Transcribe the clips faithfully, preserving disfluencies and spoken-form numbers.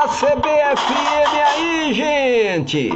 da C B F M aí, gente!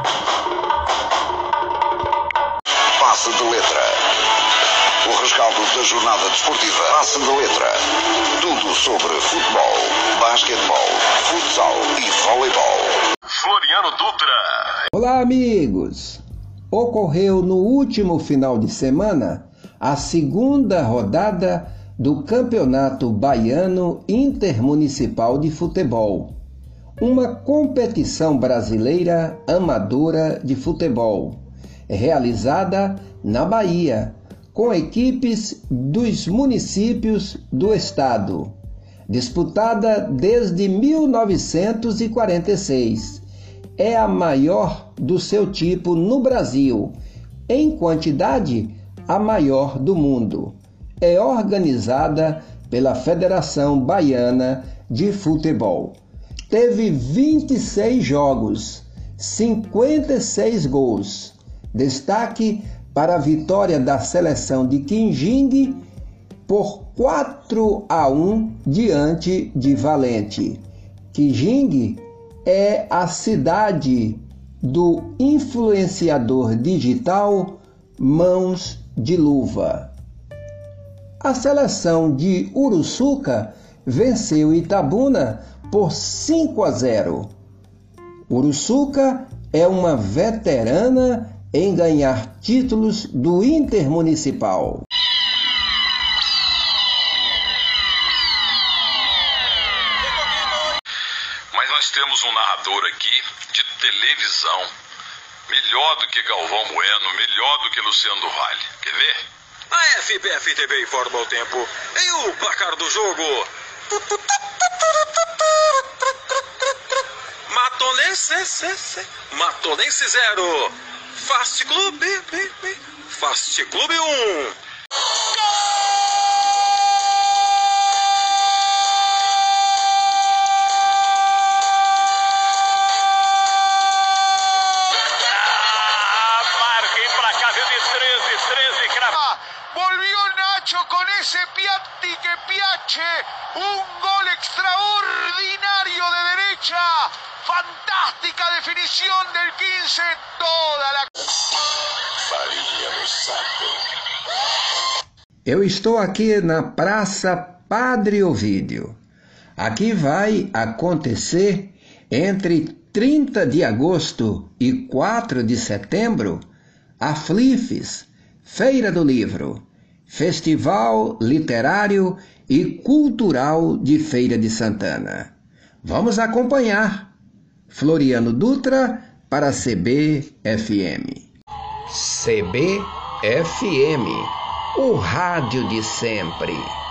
Passe de letra. O rescaldo da jornada desportiva. Passe de letra. Tudo sobre futebol, basquetebol, futsal e voleibol. Floriano Dutra. Olá, amigos! Ocorreu no último final de semana a segunda rodada do Campeonato Baiano Intermunicipal de Futebol, uma competição brasileira amadora de futebol, realizada na Bahia, com equipes dos municípios do estado, disputada desde mil novecentos e quarenta e seis. É a maior do seu tipo no Brasil, em quantidade, a maior do mundo. É organizada pela Federação Baiana de Futebol. Teve vinte e seis jogos, cinquenta e seis gols. Destaque para a vitória da seleção de Quinjingue por quatro a um diante de Valente. Quinjingue é a cidade do influenciador digital Mãos de Luva. A seleção de Uruçuca venceu Itabuna por cinco a zero. Uruçuca é uma veterana em ganhar títulos do Intermunicipal. Mas nós temos um narrador aqui de televisão, melhor do que Galvão Bueno, melhor do que Luciano do Vale. Quer ver? A F B F T V informa o tempo e o placar do jogo. Matonense, Matonense zero. Fast Club, Fast Club um. Volvió Nacho con ese Piatti que piache, un gol extraordinario de derecha, fantástica definición del quince, toda la... Farinha no saco. Eu estou aqui na Praça Padre Ovídio. Aqui vai acontecer entre trinta de agosto e quatro de setembro a Flifes, Feira do Livro, Festival Literário e Cultural de Feira de Santana. Vamos acompanhar. Floriano Dutra para C B F M. C B F M, o rádio de sempre.